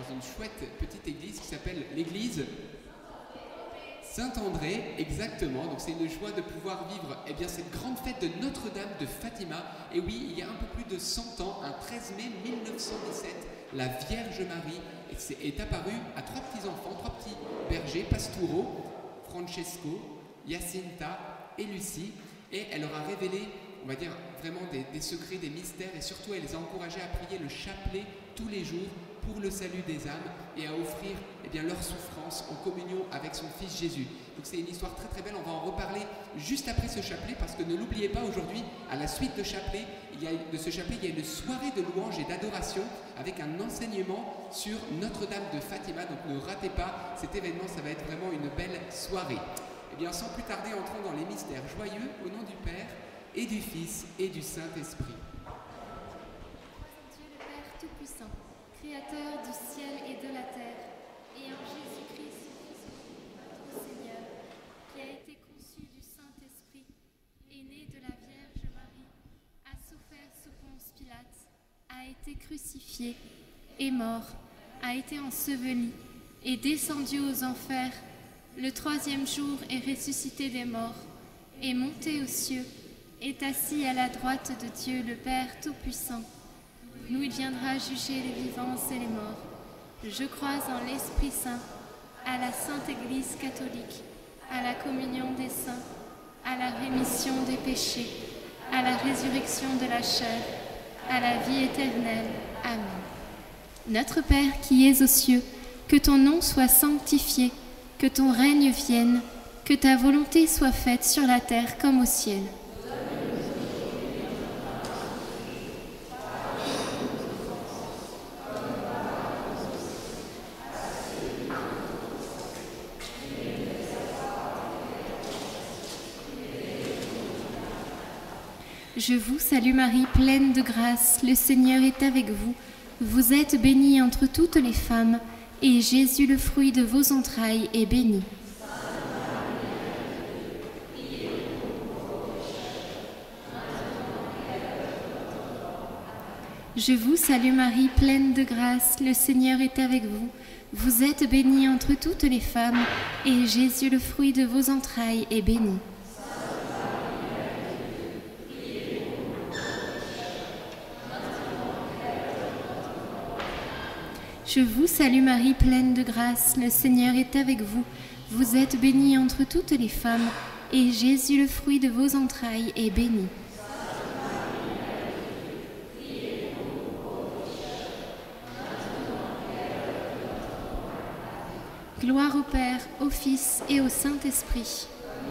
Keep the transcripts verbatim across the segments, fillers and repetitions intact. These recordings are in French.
dans une chouette petite église qui s'appelle l'église Saint-André, exactement. Donc c'est une joie de pouvoir vivre eh bien, cette grande fête de Notre-Dame de Fatima. Et oui, il y a un peu plus de cent ans, un treize mai mille neuf cent dix-sept, la Vierge Marie est, est apparue à trois petits-enfants, trois petits bergers, Pasturo, Francesco, Jacinta et Lucie. Et elle leur a révélé, on va dire, vraiment des, des secrets, des mystères. Et surtout, elle les a encouragés à prier le chapelet tous les jours pour le salut des âmes et à offrir eh bien, leur souffrance en communion avec son Fils Jésus. Donc c'est une histoire très très belle, on va en reparler juste après ce chapelet, parce que ne l'oubliez pas, aujourd'hui, à la suite de, chapelet, il y a, de ce chapelet, il y a une soirée de louange et d'adoration avec un enseignement sur Notre-Dame de Fatima. Donc ne ratez pas cet événement, ça va être vraiment une belle soirée. Eh bien, sans plus tarder, entrons dans les mystères joyeux au nom du Père et du Fils et du Saint-Esprit. Dieu le Père Tout-Puissant, Créateur du ciel et de la terre, et en Jésus-Christ, notre Seigneur, qui a été conçu du Saint-Esprit, est né de la Vierge Marie, a souffert sous Ponce Pilate, a été crucifié, est mort, a été enseveli, est descendu aux enfers, le troisième jour est ressuscité des morts, est monté aux cieux, est assis à la droite de Dieu le Père Tout-Puissant. Nous, il viendra juger les vivants et les morts. Je crois en l'Esprit Saint, à la Sainte Église catholique, à la communion des saints, à la rémission des péchés, à la résurrection de la chair, à la vie éternelle. Amen. Notre Père qui es aux cieux, que ton nom soit sanctifié, que ton règne vienne, que ta volonté soit faite sur la terre comme au ciel. Je vous salue Marie, pleine de grâce, le Seigneur est avec vous. Vous êtes bénie entre toutes les femmes, et Jésus, le fruit de vos entrailles, est béni. Je vous salue Marie, pleine de grâce, le Seigneur est avec vous. Vous êtes bénie entre toutes les femmes, et Jésus, le fruit de vos entrailles, est béni. Je vous salue Marie, pleine de grâce, le Seigneur est avec vous. Vous êtes bénie entre toutes les femmes, et Jésus, le fruit de vos entrailles, est béni. Gloire au Père, au Fils et au Saint-Esprit.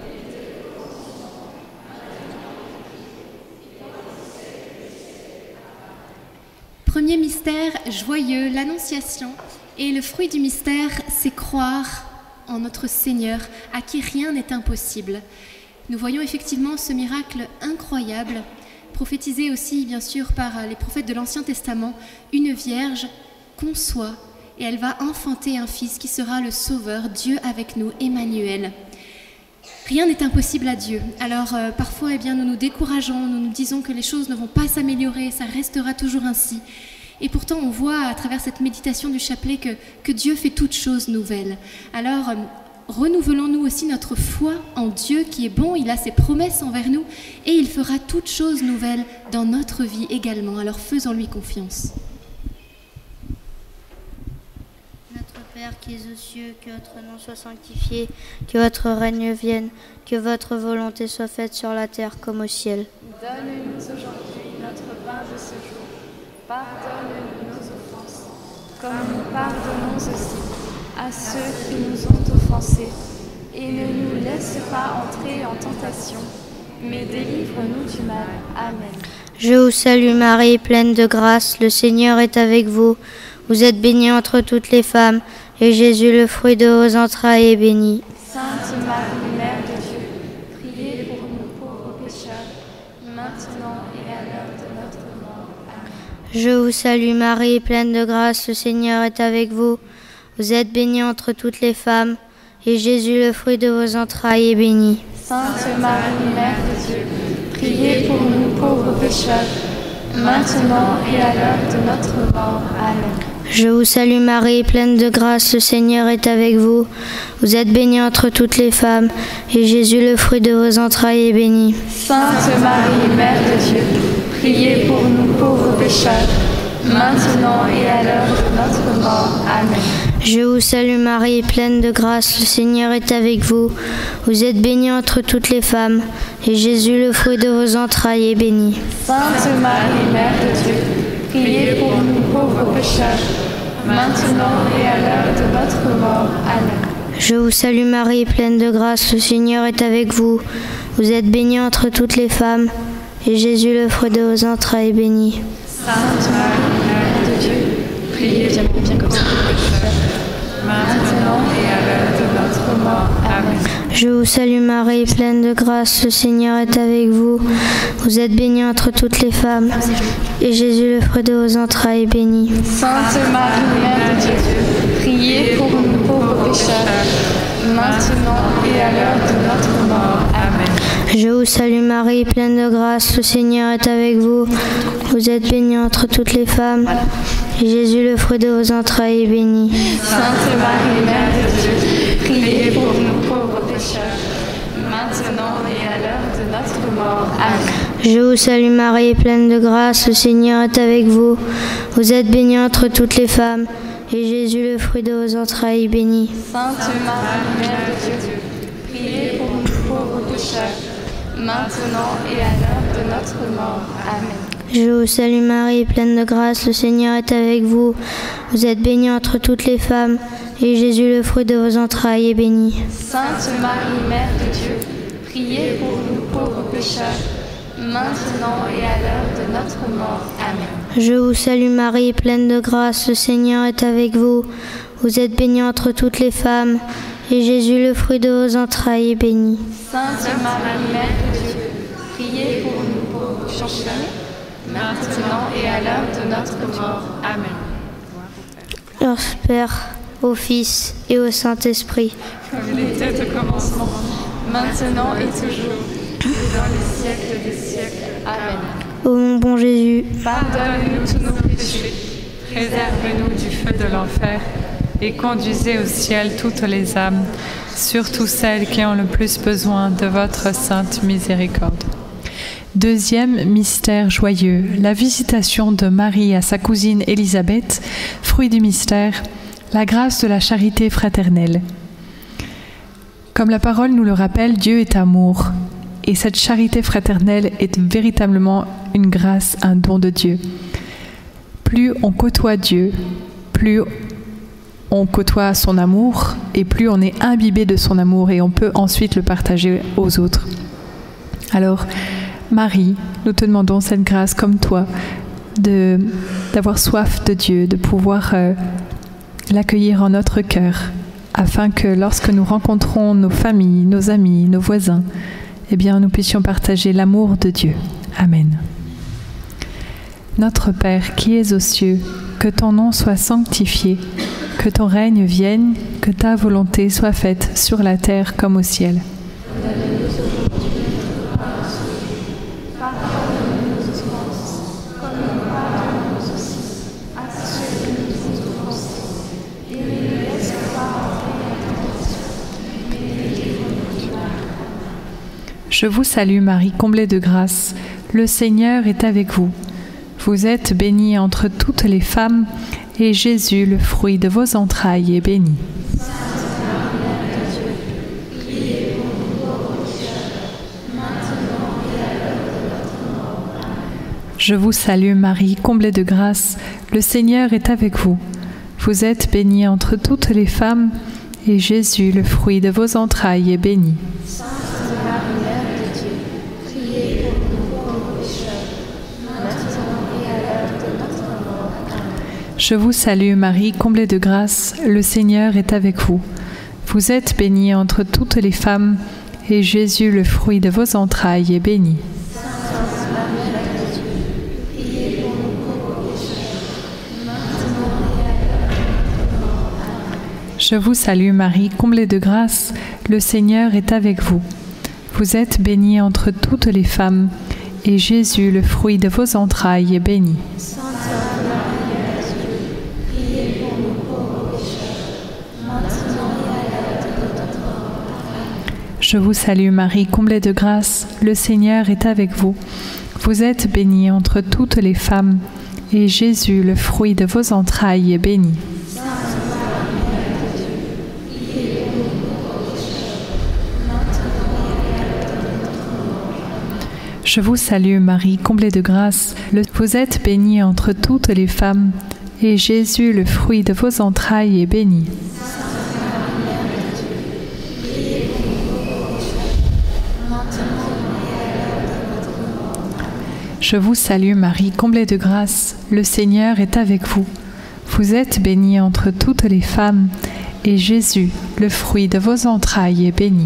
Premier mystère joyeux, l'Annonciation. Et le fruit du mystère, c'est croire en notre Seigneur, à qui rien n'est impossible. Nous voyons effectivement ce miracle incroyable, prophétisé aussi bien sûr par les prophètes de l'Ancien Testament. Une vierge conçoit et elle va enfanter un fils qui sera le Sauveur, Dieu avec nous, Emmanuel. Rien n'est impossible à Dieu. Alors euh, parfois, eh bien, nous nous décourageons, nous nous disons que les choses ne vont pas s'améliorer, ça restera toujours ainsi. Et pourtant, on voit à travers cette méditation du chapelet que, que Dieu fait toutes choses nouvelles. Alors, euh, renouvelons-nous aussi notre foi en Dieu qui est bon, il a ses promesses envers nous et il fera toutes choses nouvelles dans notre vie également. Alors faisons-lui confiance. Père qui es aux cieux, que votre nom soit sanctifié, que votre règne vienne, que votre volonté soit faite sur la terre comme au ciel. Donne-nous aujourd'hui notre pain de ce jour. Pardonne-nous nos offenses, comme nous pardonnons aussi à ceux qui nous ont offensés. Et ne nous laisse pas entrer en tentation, mais délivre-nous du mal. Amen. Je vous salue Marie, pleine de grâce, le Seigneur est avec vous. Vous êtes bénie entre toutes les femmes, et Jésus, le fruit de vos entrailles, est béni. Sainte Marie, Mère de Dieu, priez pour nous pauvres pécheurs, maintenant et à l'heure de notre mort. Amen. Je vous salue Marie, pleine de grâce, le Seigneur est avec vous. Vous êtes bénie entre toutes les femmes, et Jésus, le fruit de vos entrailles, est béni. Sainte Marie, Mère de Dieu, priez pour nous pauvres pécheurs, maintenant et à l'heure de notre mort. Amen. Je vous salue Marie, pleine de grâce, le Seigneur est avec vous. Vous êtes bénie entre toutes les femmes, et Jésus, le fruit de vos entrailles, est béni. Sainte Marie, Mère de Dieu, priez pour nous pauvres pécheurs, maintenant et à l'heure de notre mort. Amen. Je vous salue Marie, pleine de grâce, le Seigneur est avec vous. Vous êtes bénie entre toutes les femmes, et Jésus, le fruit de vos entrailles, est béni. Sainte Marie, Mère de Dieu, priez pour nous pauvres pécheurs, maintenant et à l'heure de notre mort. Amen. Je vous salue Marie, pleine de grâce, le Seigneur est avec vous. Vous êtes bénie entre toutes les femmes, et Jésus, le fruit de vos entrailles, est béni. Sainte Marie, Mère de Dieu, priez bien, bien comme ça, maintenant et à l'heure de notre mort. Amen. Je vous salue Marie, pleine de grâce, le Seigneur est avec vous. Vous êtes bénie entre toutes les femmes, et Jésus, le fruit de vos entrailles, est béni. Sainte Marie, Mère de Dieu, priez pour nous pauvres pécheurs, maintenant et à l'heure de notre mort. Amen. Je vous salue Marie, pleine de grâce, le Seigneur est avec vous. Vous êtes bénie entre toutes les femmes, et Jésus, le fruit de vos entrailles, est béni. Sainte Marie, Mère de Dieu, priez pour nous pauvres pécheurs, maintenant et à l'heure de notre mort. Amen. Je vous salue Marie, pleine de grâce, le Seigneur est avec vous. Vous êtes bénie entre toutes les femmes, et Jésus, le fruit de vos entrailles, est béni. Sainte Marie, Mère de Dieu, priez pour nous pauvres pécheurs, maintenant et à l'heure de notre mort. Amen. Je vous salue Marie, pleine de grâce, le Seigneur est avec vous. Vous êtes bénie entre toutes les femmes, et Jésus, le fruit de vos entrailles, est béni. Sainte Marie, Mère de Dieu, priez pour nous pauvres pécheurs, maintenant et à l'heure de notre mort. Amen. Je vous salue Marie, pleine de grâce, le Seigneur est avec vous. Vous êtes bénie entre toutes les femmes, et Jésus, le fruit de vos entrailles, est béni. Sainte Marie, Mère de Dieu, priez pour nous pauvres pécheurs, maintenant et à l'heure de notre mort. Amen. Gloire au Père, au Fils et au Saint-Esprit. Comme il était au commencement, maintenant et toujours, et dans les siècles des siècles. Amen. Ô mon bon Jésus, pardonne-nous tous nos péchés, préservez-nous du feu de l'enfer et conduisez au ciel toutes les âmes, surtout celles qui ont le plus besoin de votre sainte miséricorde. Deuxième mystère joyeux, la visitation de Marie à sa cousine Élisabeth, fruit du mystère, la grâce de la charité fraternelle. Comme la parole nous le rappelle, Dieu est amour, et cette charité fraternelle est véritablement une grâce, un don de Dieu. Plus on côtoie Dieu, plus on côtoie son amour, et plus on est imbibé de son amour, et on peut ensuite le partager aux autres. Alors, Marie, nous te demandons cette grâce comme toi, de, d'avoir soif de Dieu, de pouvoir euh, l'accueillir en notre cœur, afin que lorsque nous rencontrons nos familles, nos amis, nos voisins, eh bien, nous puissions partager l'amour de Dieu. Amen. Notre Père qui es aux cieux, que ton nom soit sanctifié, que ton règne vienne, que ta volonté soit faite sur la terre comme au ciel. Je vous salue Marie, comblée de grâce, le Seigneur est avec vous. Vous êtes bénie entre toutes les femmes, et Jésus, le fruit de vos entrailles, est béni. Je vous salue Marie, comblée de grâce, le Seigneur est avec vous. Vous êtes bénie entre toutes les femmes, et Jésus, le fruit de vos entrailles, est béni. Je vous salue Marie, comblée de grâce, le Seigneur est avec vous. Vous êtes bénie entre toutes les femmes, et Jésus, le fruit de vos entrailles, est béni. Je vous salue Marie, comblée de grâce, le Seigneur est avec vous. Vous êtes bénie entre toutes les femmes, et Jésus, le fruit de vos entrailles, est béni. Sainte Marie, Mère de Dieu, priez Je vous salue Marie, comblée de grâce, le Seigneur est avec vous. Vous êtes bénie entre toutes les femmes, et Jésus, le fruit de vos entrailles, est béni. Je vous salue Marie, comblée de grâce, le... vous êtes bénie entre toutes les femmes, et Jésus, le fruit de vos entrailles, est béni. Je vous salue Marie, comblée de grâce, le Seigneur est avec vous. Vous êtes bénie entre toutes les femmes, et Jésus, le fruit de vos entrailles, est béni.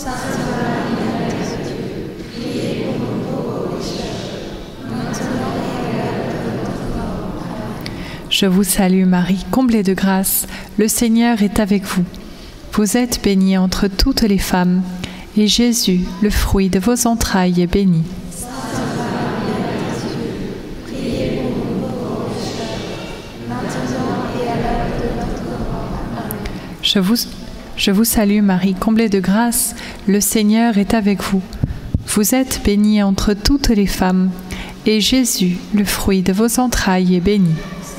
Je vous salue Marie, comblée de grâce, le Seigneur est avec vous. Vous êtes bénie entre toutes les femmes, et Jésus, le fruit de vos entrailles, est béni. Je vous, je vous salue Marie, comblée de grâce, le Seigneur est avec vous. Vous êtes bénie entre toutes les femmes, et Jésus, le fruit de vos entrailles, est béni.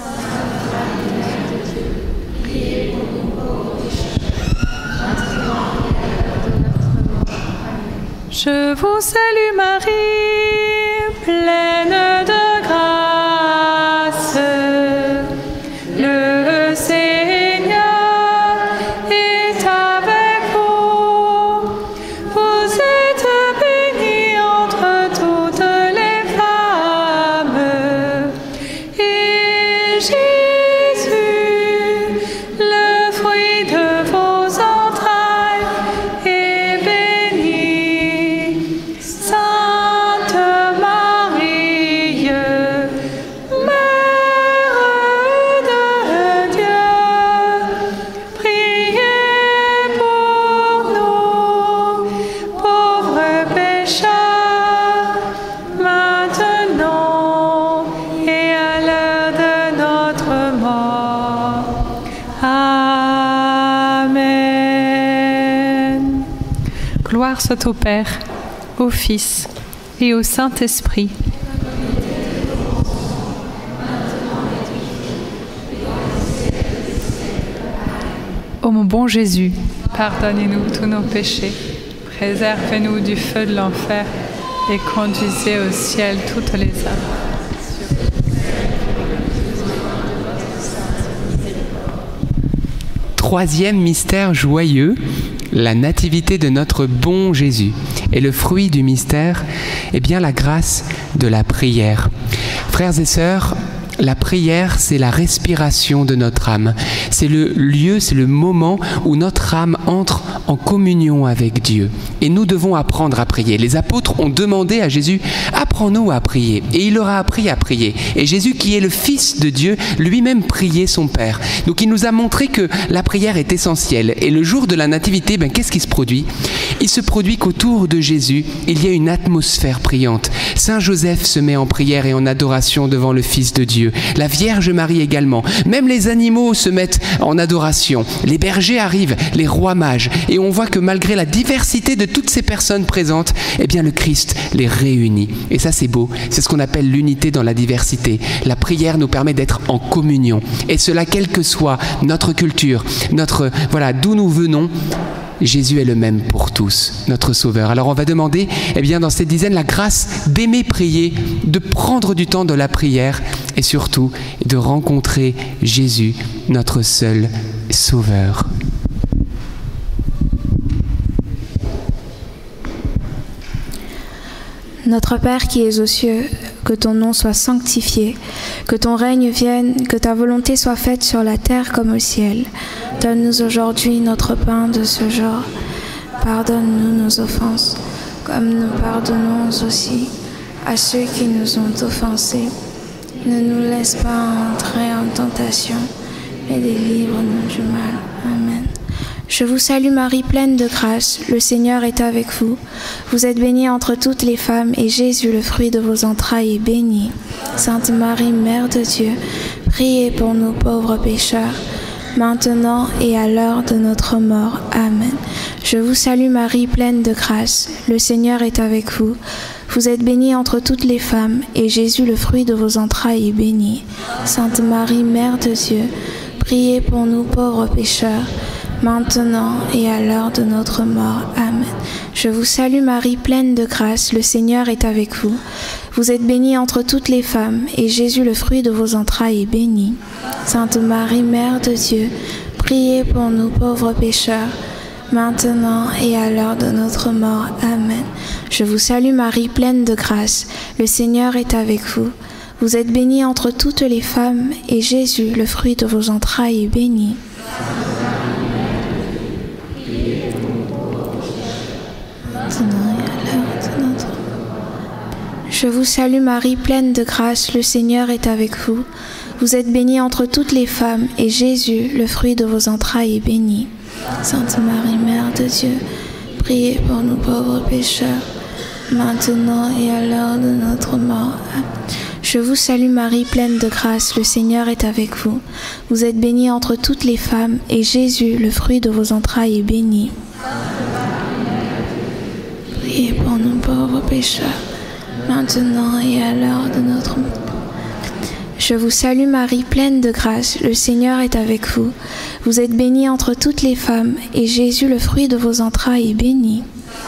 Je vous salue Marie, pleine de grâce, le Seigneur est avec vous. Vous êtes bénie entre toutes les femmes, et Jésus, le fruit de vos entrailles, est béni. Sainte Marie, Mère de Dieu, priez pour nous, pauvres pécheurs, maintenant et à l'heure de notre mort. Amen. Gloire soit au Père, au Fils et au Saint-Esprit. Ô mon bon Jésus, pardonnez-nous tous nos péchés, préservez-nous du feu de l'enfer et conduisez au ciel toutes les âmes. Troisième mystère joyeux, la nativité de notre bon Jésus. Et le fruit du mystère, eh bien la grâce de la prière. Frères et sœurs, la prière, c'est la respiration de notre âme. C'est le lieu, c'est le moment où notre âme entre en communion avec Dieu. Et nous devons apprendre à prier. Les apôtres ont demandé à Jésus, apprends-nous à prier. Et il leur a appris à prier. Et Jésus, qui est le Fils de Dieu, lui-même priait son Père. Donc il nous a montré que la prière est essentielle. Et le jour de la nativité, ben, qu'est-ce qui se produit? Il se produit qu'autour de Jésus, il y a une atmosphère priante. Saint Joseph se met en prière et en adoration devant le Fils de Dieu. La Vierge Marie également. Même les animaux se mettent en adoration. Les bergers arrivent, les rois mages. Et on voit que malgré la diversité de toutes ces personnes présentes, eh bien le Christ les réunit. Et ça c'est beau. C'est ce qu'on appelle l'unité dans la diversité. La prière nous permet d'être en communion. Et cela quelle que soit notre culture, notre voilà d'où nous venons. Jésus est le même pour tous, notre Sauveur. Alors on va demander, eh bien, dans cette dizaine, la grâce d'aimer prier, de prendre du temps de la prière et surtout de rencontrer Jésus, notre seul Sauveur. Notre Père qui es aux cieux, que ton nom soit sanctifié, que ton règne vienne, que ta volonté soit faite sur la terre comme au ciel. Donne-nous aujourd'hui notre pain de ce jour. Pardonne-nous nos offenses, comme nous pardonnons aussi à ceux qui nous ont offensés. Ne nous laisse pas entrer en tentation, mais délivre-nous du mal. Amen. Je vous salue Marie, pleine de grâce, le Seigneur est avec vous. Vous êtes bénie entre toutes les femmes, et Jésus, le fruit de vos entrailles, est béni. Sainte Marie, Mère de Dieu, priez pour nous pauvres pécheurs, maintenant et à l'heure de notre mort. Amen. Je vous salue Marie, pleine de grâce. Le Seigneur est avec vous. Vous êtes bénie entre toutes les femmes, et Jésus, le fruit de vos entrailles, est béni. Sainte Marie, Mère de Dieu, priez pour nous pauvres pécheurs, maintenant et à l'heure de notre mort. Amen. Je vous salue Marie, pleine de grâce. Le Seigneur est avec vous. Vous êtes bénie entre toutes les femmes, et Jésus, le fruit de vos entrailles, est béni. Sainte Marie, Mère de Dieu, priez pour nous pauvres pécheurs, maintenant et à l'heure de notre mort. Amen. Je vous salue Marie, pleine de grâce. Le Seigneur est avec vous. Vous êtes bénie entre toutes les femmes, et Jésus, le fruit de vos entrailles, est béni. Maintenant et à l'heure de notre mort. Je vous salue Marie, pleine de grâce. Le Seigneur est avec vous. Vous êtes bénie entre toutes les femmes, et Jésus, le fruit de vos entrailles, est béni. Sainte Marie, Mère de Dieu, priez pour nous pauvres pécheurs, maintenant et à l'heure de notre mort. Je vous salue Marie, pleine de grâce, le Seigneur est avec vous. Vous êtes bénie entre toutes les femmes, et Jésus, le fruit de vos entrailles, est béni. Priez pour nous pauvres pécheurs, maintenant et à l'heure de notre mort. Je vous salue Marie, pleine de grâce, le Seigneur est avec vous. Vous êtes bénie entre toutes les femmes, et Jésus, le fruit de vos entrailles, est béni.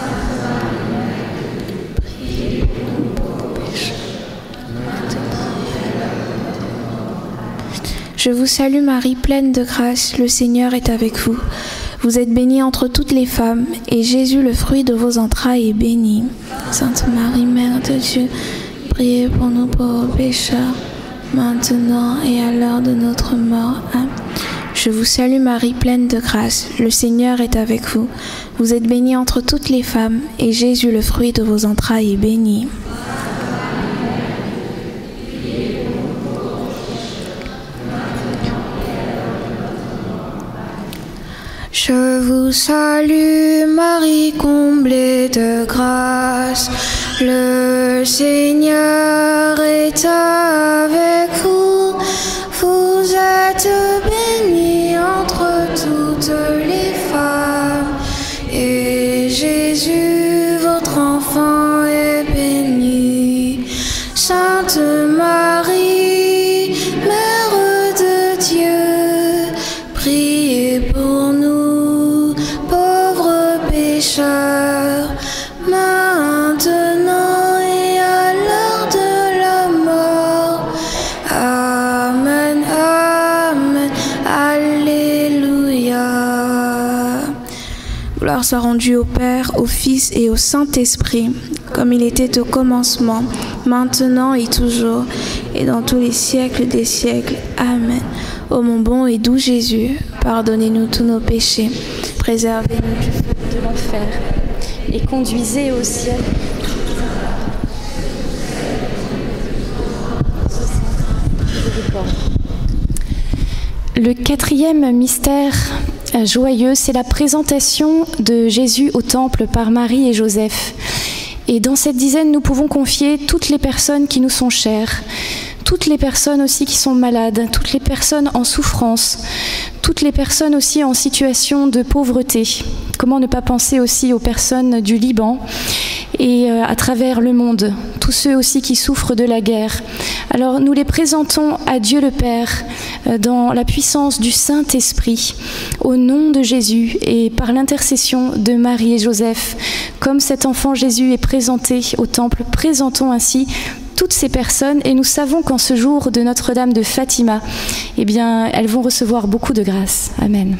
Priez pour nous pauvres pécheurs, maintenant et à l'heure de notre mort. Je vous salue Marie, pleine de grâce, le Seigneur est avec vous. Vous êtes bénie entre toutes les femmes, et Jésus, le fruit de vos entrailles, est béni. Sainte Marie, Mère de Dieu, priez pour nous pauvres pécheurs, maintenant et à l'heure de notre mort. Amen. Je vous salue Marie, pleine de grâce, le Seigneur est avec vous. Vous êtes bénie entre toutes les femmes, et Jésus, le fruit de vos entrailles, est béni. Je vous salue Marie, comblée de grâce, le Seigneur est avec vous. Vous êtes bénie entre toutes les femmes, et Jésus, votre enfant, est béni. Sainte Marie, Mère de Dieu, priez pour nous, pauvres pécheurs, maintenant et à l'heure de la mort. Amen, amen, alléluia. Gloire soit rendue au Père, au Fils et au Saint-Esprit, comme il était au commencement, maintenant et toujours, et dans tous les siècles des siècles. Amen. Ô mon bon et doux Jésus, pardonnez-nous tous nos péchés, préservez-nous du feu de l'enfer, et conduisez au ciel Le quatrième mystère joyeux, c'est la présentation de Jésus au temple par Marie et Joseph. Et dans cette dizaine, nous pouvons confier toutes les personnes qui nous sont chères, toutes les personnes aussi qui sont malades, toutes les personnes en souffrance, toutes les personnes aussi en situation de pauvreté. Comment ne pas penser aussi aux personnes du Liban et à travers le monde, tous ceux aussi qui souffrent de la guerre. Alors nous les présentons à Dieu le Père dans la puissance du Saint-Esprit, au nom de Jésus et par l'intercession de Marie et Joseph. Comme cet enfant Jésus est présenté au temple, présentons ainsi toutes ces personnes, et nous savons qu'en ce jour de Notre-Dame de Fatima, eh bien, elles vont recevoir beaucoup de grâce. Amen.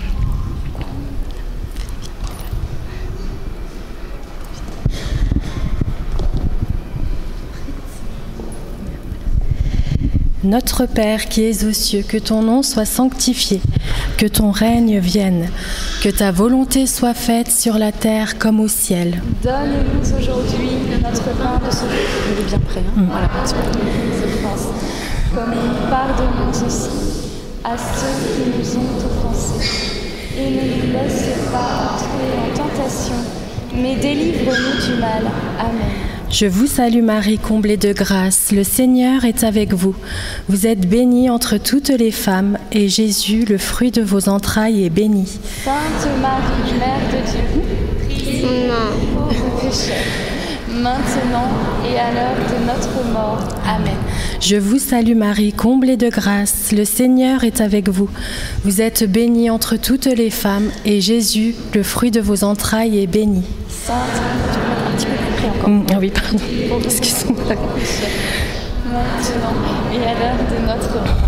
Notre Père qui es aux cieux, que ton nom soit sanctifié, que ton règne vienne, que ta volonté soit faite sur la terre comme au ciel. Donne-nous aujourd'hui notre pain de ce jour. Il est bien prêt. Hein. Mmh. Voilà. Je pense. Comme nous pardonnons aussi à ceux qui nous ont offensés. Et ne nous laisse pas entrer en tentation, mais délivre-nous du mal. Amen. Je vous salue Marie, comblée de grâce, le Seigneur est avec vous. Vous êtes bénie entre toutes les femmes, et Jésus, le fruit de vos entrailles, est béni. Sainte Marie, Mère de Dieu, priez pour nous pauvres pécheurs, maintenant et à l'heure de notre mort. Amen. Je vous salue Marie, comblée de grâce, le Seigneur est avec vous. Vous êtes bénie entre toutes les femmes, et Jésus, le fruit de vos entrailles, est béni. Sainte un petit peu plus près encore. Mmh, ah oui, pardon. Excusez-moi. Maintenant et à l'heure de notre mort.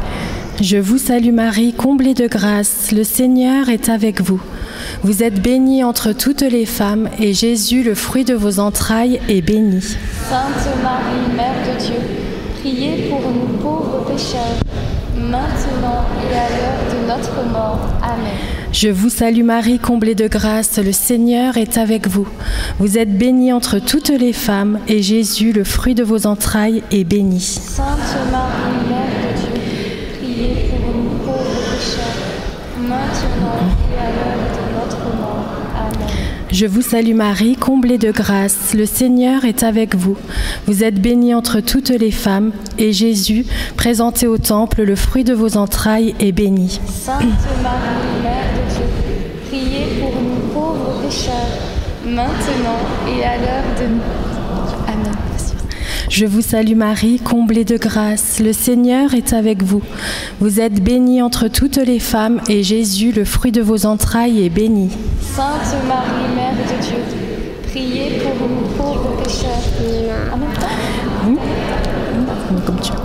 Je vous salue Marie, comblée de grâce, le Seigneur est avec vous. Vous êtes bénie entre toutes les femmes, et Jésus, le fruit de vos entrailles, est béni. Sainte Marie, Mère de Dieu, priez pour nous pauvres pécheurs, maintenant et à l'heure de notre mort. Amen. Je vous salue Marie, comblée de grâce, le Seigneur est avec vous. Vous êtes bénie entre toutes les femmes, et Jésus, le fruit de vos entrailles, est béni. Sainte Marie, Mère de Dieu, priez pour nous pauvres pécheurs, maintenant et à l'heure de notre mort. Amen. Je vous salue Marie, comblée de grâce, le Seigneur est avec vous. Vous êtes bénie entre toutes les femmes, et Jésus, présenté au temple, le fruit de vos entrailles, est béni. Sainte Marie, Mère de Dieu, priez pour nous pauvres pécheurs, maintenant et à l'heure de notre mort. Amen. Je vous salue Marie, comblée de grâce, le Seigneur est avec vous. Vous êtes bénie entre toutes les femmes, et Jésus, le fruit de vos entrailles, est béni. Sainte Marie, Mère de Dieu, priez pour nous pauvres pécheurs. En même temps. Mmh. Mmh. Comme tu veux.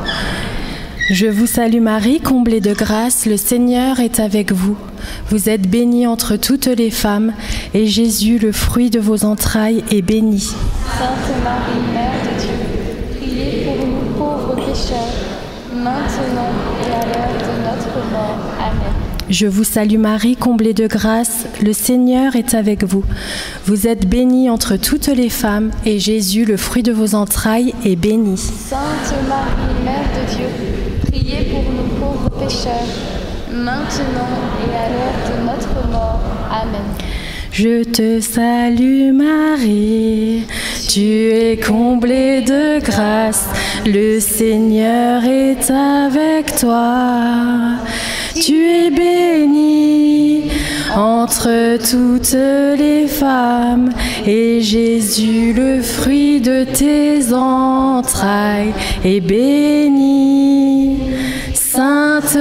Je vous salue Marie, comblée de grâce, le Seigneur est avec vous. Vous êtes bénie entre toutes les femmes, et Jésus, le fruit de vos entrailles, est béni. Sainte Marie, Mère de Dieu, priez pour nous pauvres pécheurs, maintenant et à l'heure de notre mort. Amen. Je vous salue Marie, comblée de grâce, le Seigneur est avec vous. Vous êtes bénie entre toutes les femmes, et Jésus, le fruit de vos entrailles, est béni. Sainte Marie, Mère de Dieu, priez pour nous pauvres pécheurs, maintenant et à l'heure de notre mort. Amen. Je te salue Marie, tu es comblée de grâce, le Seigneur est avec toi. Tu es bénie entre toutes les femmes, et Jésus, le fruit de tes entrailles, est béni. Sainte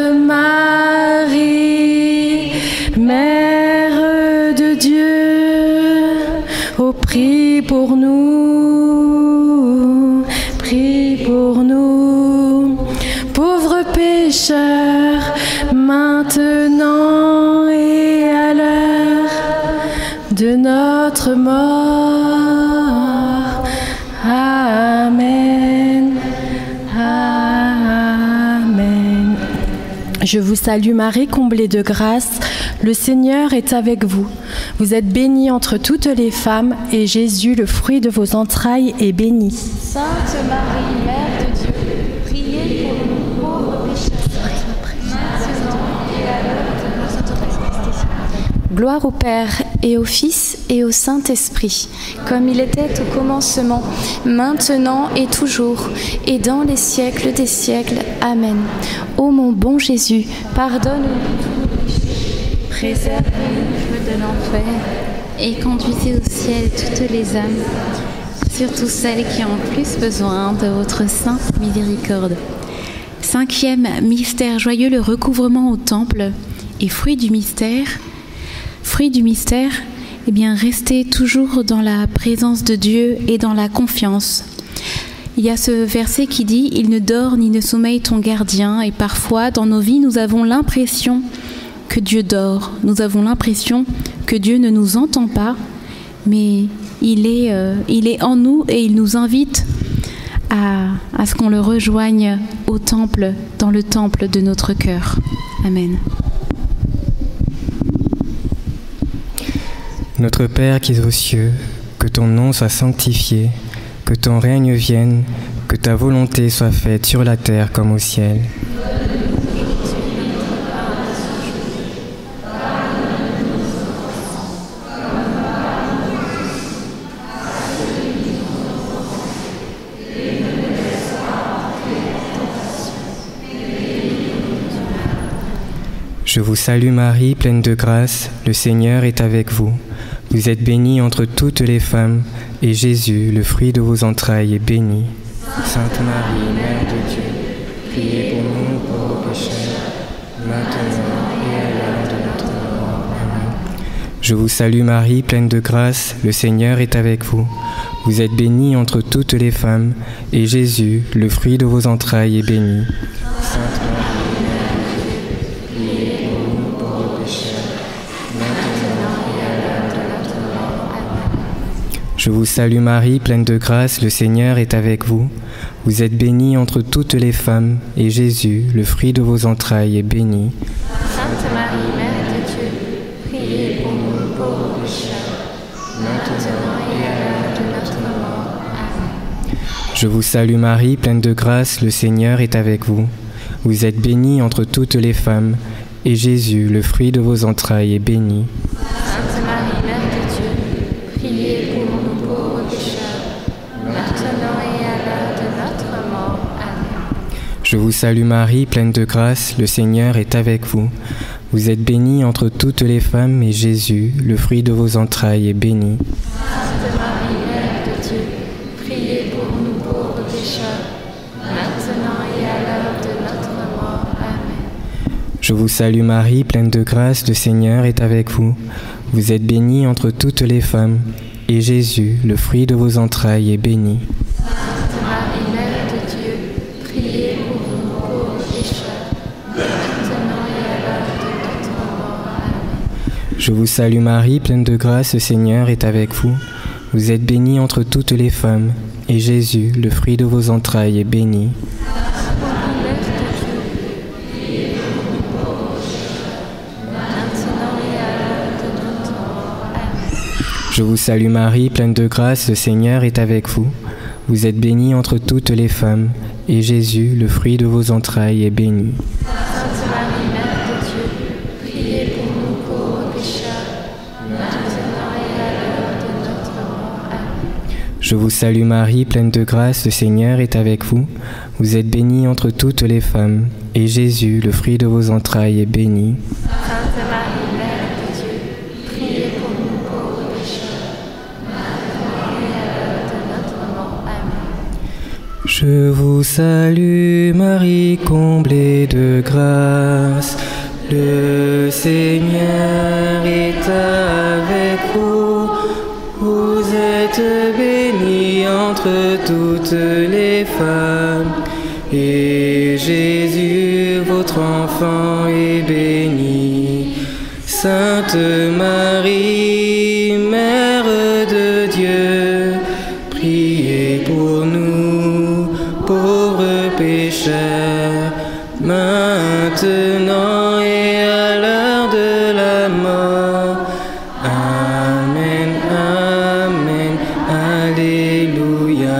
Marie, Mère de Dieu, oh, prie pour nous, prie pour nous, pauvres pécheurs, maintenant et à l'heure de notre mort. Amen. Amen. Je vous salue Marie, comblée de grâce, le Seigneur est avec vous. Vous êtes bénie entre toutes les femmes, et Jésus, le fruit de vos entrailles, est béni. Sainte Marie, Mère de Dieu, priez pour nous pauvres pécheurs, maintenant et à l'heure de notre mort. Gloire au Père, et au Fils, et au Saint-Esprit, comme il était au commencement, maintenant et toujours, et dans les siècles des siècles. Amen. Ô mon bon Jésus, pardonne-nous tous nos péchés, préservez-nous du feu de l'enfer, et conduisez au ciel toutes les âmes, surtout celles qui ont le plus besoin de votre sainte miséricorde. Cinquième mystère joyeux, le recouvrement au temple. Et fruit du mystère, fruit du mystère, eh bien, restez toujours dans la présence de Dieu et dans la confiance. Il y a ce verset qui dit « Il ne dort ni ne sommeille ton gardien » et parfois, dans nos vies, nous avons l'impression que Dieu dort. Nous avons l'impression que Dieu ne nous entend pas, mais il est, euh, il est en nous et il nous invite à, à ce qu'on le rejoigne au temple, dans le temple de notre cœur. Amen. Notre Père qui es aux cieux, que ton nom soit sanctifié, que ton règne vienne, que ta volonté soit faite sur la terre comme au ciel. Je vous salue Marie, pleine de grâce, le Seigneur est avec vous. Vous êtes bénie entre toutes les femmes, et Jésus, le fruit de vos entrailles, est béni. Sainte Marie, Mère de Dieu, priez pour nous pauvres pécheurs, maintenant et à l'heure de notre mort. Amen. Je vous salue Marie, pleine de grâce, le Seigneur est avec vous. Vous êtes bénie entre toutes les femmes, et Jésus, le fruit de vos entrailles, est béni. Sainte Marie, Mère de Dieu, priez pour nous pauvres pécheurs, maintenant et à l'heure de notre mort. Amen. Je vous salue Marie, pleine de grâce, le Seigneur est avec vous. Vous êtes bénie entre toutes les femmes, et Jésus, le fruit de vos entrailles, est béni. Sainte Marie, Mère de Dieu, priez pour nous pauvres pécheurs, maintenant et à l'heure de notre mort. Amen. Je vous salue Marie, pleine de grâce, le Seigneur est avec vous. Vous êtes bénie entre toutes les femmes, et Jésus, le fruit de vos entrailles, est béni. Sainte Marie, Mère de Dieu, priez pour nous pauvres pécheurs, maintenant et à l'heure de notre mort. Amen. Je vous salue Marie, pleine de grâce, le Seigneur est avec vous. Vous êtes bénie entre toutes les femmes, et Jésus, le fruit de vos entrailles, est béni. Sainte Marie, Mère de Dieu, priez pour nous pauvres pécheurs, maintenant et à l'heure de notre mort. Amen. Je vous salue Marie, pleine de grâce, le Seigneur est avec vous. Vous êtes bénie entre toutes les femmes, et Jésus, le fruit de vos entrailles, est béni. Sainte Marie, Mère de Dieu, priez pour nous pauvres pécheurs, maintenant et à l'heure de notre mort. Amen. Je vous salue Marie, pleine de grâce, le Seigneur est avec vous. Vous êtes bénie entre toutes les femmes, et Jésus, le fruit de vos entrailles, est béni. Sainte Marie, Mère de Dieu, priez pour nous pauvres pécheurs, maintenant et à l'heure de notre mort. Amen. Je vous salue Marie, pleine de grâce, le Seigneur est avec vous. Vous êtes bénie entre toutes les femmes, et Jésus, le fruit de vos entrailles, est béni. Sainte Marie, Mère de Dieu, priez pour nous pauvres pécheurs, maintenant et à l'heure de notre mort. Amen. Je vous salue Marie, pleine de grâce, le Seigneur est avec vous. Vous êtes bénie entre toutes les femmes, et Jésus, le fruit de vos entrailles, est béni. Sainte Marie, Mère de Dieu, priez pour nous pauvres pécheurs, maintenant et à l'heure de notre mort. Amen. Je vous salue Marie, comblée de grâce. Le Seigneur est avec vous. Vous êtes bénie entre toutes les femmes, et Jésus, votre enfant, est béni. Sainte Marie, Mère de Dieu, priez pour nous, pauvres pécheurs, maintenant et à l'heure de la mort. Amen, Amen, Alléluia.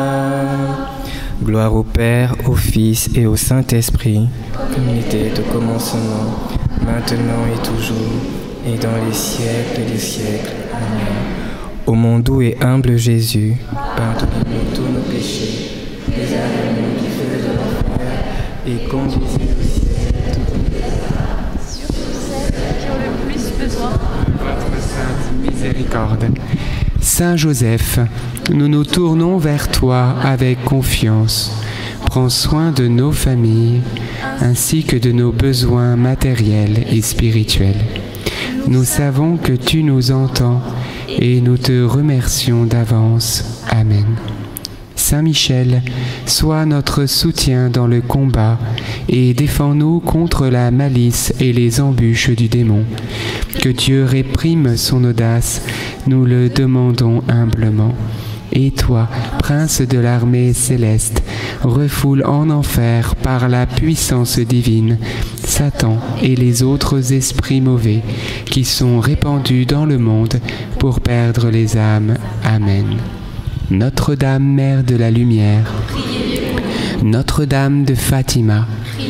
Gloire au Père, au Fils et au Saint-Esprit, comme il était au commencement, maintenant et toujours, et dans les siècles des siècles. Amen. Ô mon doux et humble Jésus, pardonnez-nous tous nos péchés, préservez-nous du feu de l'enfer, et conduisez au ciel toutes les âmes, surtout celles qui ont le plus besoin de votre sainte miséricorde. Saint Joseph, nous nous tournons vers toi avec confiance. Prends soin de nos familles, ainsi que de nos besoins matériels et spirituels. Nous savons que tu nous entends et nous te remercions d'avance. Amen. Saint Michel, sois notre soutien dans le combat et défends-nous contre la malice et les embûches du démon. Que Dieu réprime son audace, nous le demandons humblement. Et toi, prince de l'armée céleste, refoule en enfer par la puissance divine Satan et les autres esprits mauvais qui sont répandus dans le monde pour perdre les âmes. Amen. Notre-Dame, Mère de la Lumière, Notre-Dame de Fatima,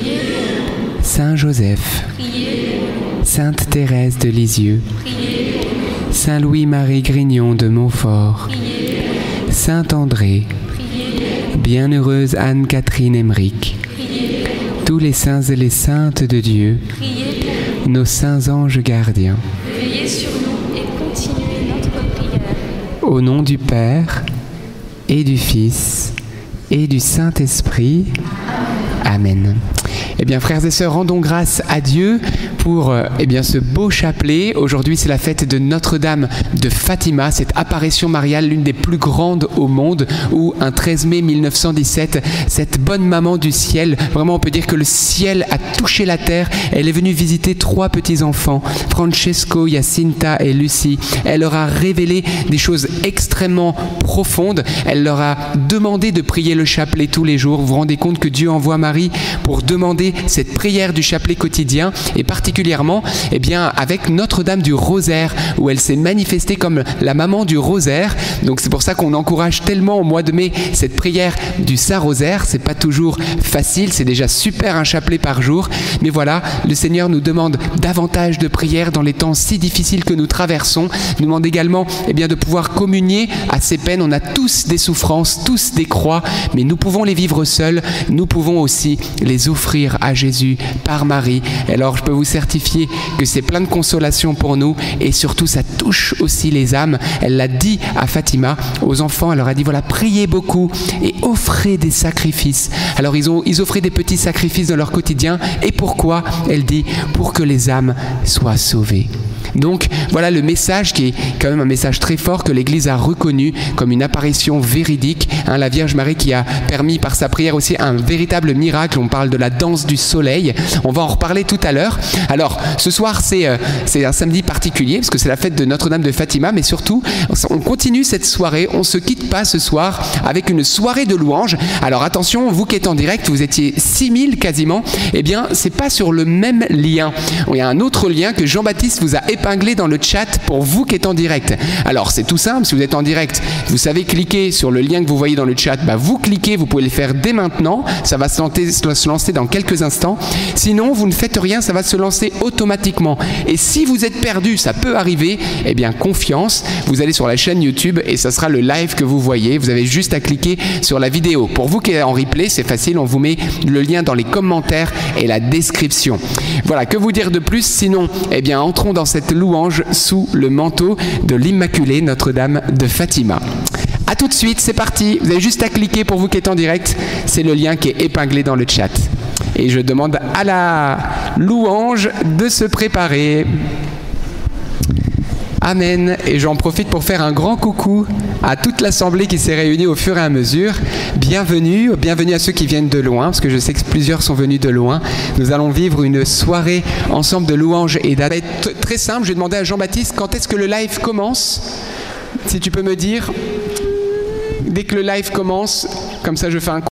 Saint Joseph, Sainte Thérèse de Lisieux, Saint Louis-Marie Grignon de Montfort, Saint André, Bienheureuse Anne-Catherine Emmerich, tous les saints et les saintes de Dieu, nos saints anges gardiens, veillez sur nous et continuez notre prière. au nom du Père et du Fils et du Saint-Esprit. Amen. Eh bien, frères et sœurs, rendons grâce à Dieu pour euh, eh bien, ce beau chapelet. Aujourd'hui, c'est la fête de Notre-Dame de Fatima, cette apparition mariale, l'une des plus grandes au monde, où un treize mai mille neuf cent dix-sept, cette bonne maman du ciel, vraiment on peut dire que le ciel a touché la terre. Elle est venue visiter trois petits-enfants, Francesco, Jacinta et Lucie. Elle leur a révélé des choses extrêmement profondes. Elle leur a demandé de prier le chapelet tous les jours. Vous vous rendez compte que Dieu envoie Marie pour demander cette prière du chapelet quotidien, et particulièrement eh bien, avec Notre-Dame du Rosaire, où elle s'est manifestée comme la maman du Rosaire. Donc c'est pour ça qu'on encourage tellement au mois de mai cette prière du Saint-Rosaire. C'est pas toujours facile, c'est déjà super un chapelet par jour, mais voilà, le Seigneur nous demande davantage de prières dans les temps si difficiles que nous traversons. Il nous demande également eh bien, de pouvoir communier à ces peines. On a tous des souffrances, tous des croix, mais nous pouvons les vivre seuls, nous pouvons aussi les offrir à Jésus par Marie. Alors je peux vous certifier que c'est plein de consolation pour nous, et surtout ça touche aussi les âmes. Elle l'a dit à Fatima, aux enfants, elle leur a dit voilà, priez beaucoup et offrez des sacrifices. Alors ils ont ils offraient des petits sacrifices dans leur quotidien, et pourquoi? Elle dit pour que les âmes soient sauvées. Donc voilà le message qui est quand même un message très fort que l'Église a reconnu comme une apparition véridique. Hein, la Vierge Marie qui a permis par sa prière aussi un véritable miracle. On parle de la danse du soleil. On va en reparler tout à l'heure. Alors ce soir c'est, euh, c'est un samedi particulier parce que c'est la fête de Notre-Dame de Fatima, mais surtout on continue cette soirée. On ne se quitte pas ce soir avec une soirée de louanges. Alors attention, vous qui êtes en direct, vous étiez six mille quasiment. Eh bien c'est pas sur le même lien. Il y a un autre lien que Jean-Baptiste vous a épinglé dans le chat pour vous qui êtes en direct. Alors c'est tout simple, si vous êtes en direct, vous savez cliquer sur le lien que vous voyez dans le chat, bah, vous cliquez, vous pouvez le faire dès maintenant, ça va se lancer, se lancer dans quelques instants. Sinon vous ne faites rien, ça va se lancer automatiquement. Et si vous êtes perdu, ça peut arriver, eh bien confiance, vous allez sur la chaîne YouTube et ça sera le live que vous voyez, vous avez juste à cliquer sur la vidéo. Pour vous qui êtes en replay, c'est facile, on vous met le lien dans les commentaires et la description. Voilà, que vous dire de plus, sinon, eh bien entrons dans cette louange sous le manteau de l'Immaculée Notre-Dame de Fatima. A tout de suite, c'est parti. Vous avez juste à cliquer pour vous qui êtes en direct. C'est le lien qui est épinglé dans le chat. Et je demande à la louange de se préparer. Amen. Et j'en profite pour faire un grand coucou à toute l'assemblée qui s'est réunie au fur et à mesure. Bienvenue, bienvenue à ceux qui viennent de loin, parce que je sais que plusieurs sont venus de loin. Nous allons vivre une soirée ensemble de louanges et d'adoration. Très simple, je vais demander à Jean-Baptiste quand est-ce que le live commence. Si tu peux me dire, dès que le live commence, comme ça je fais un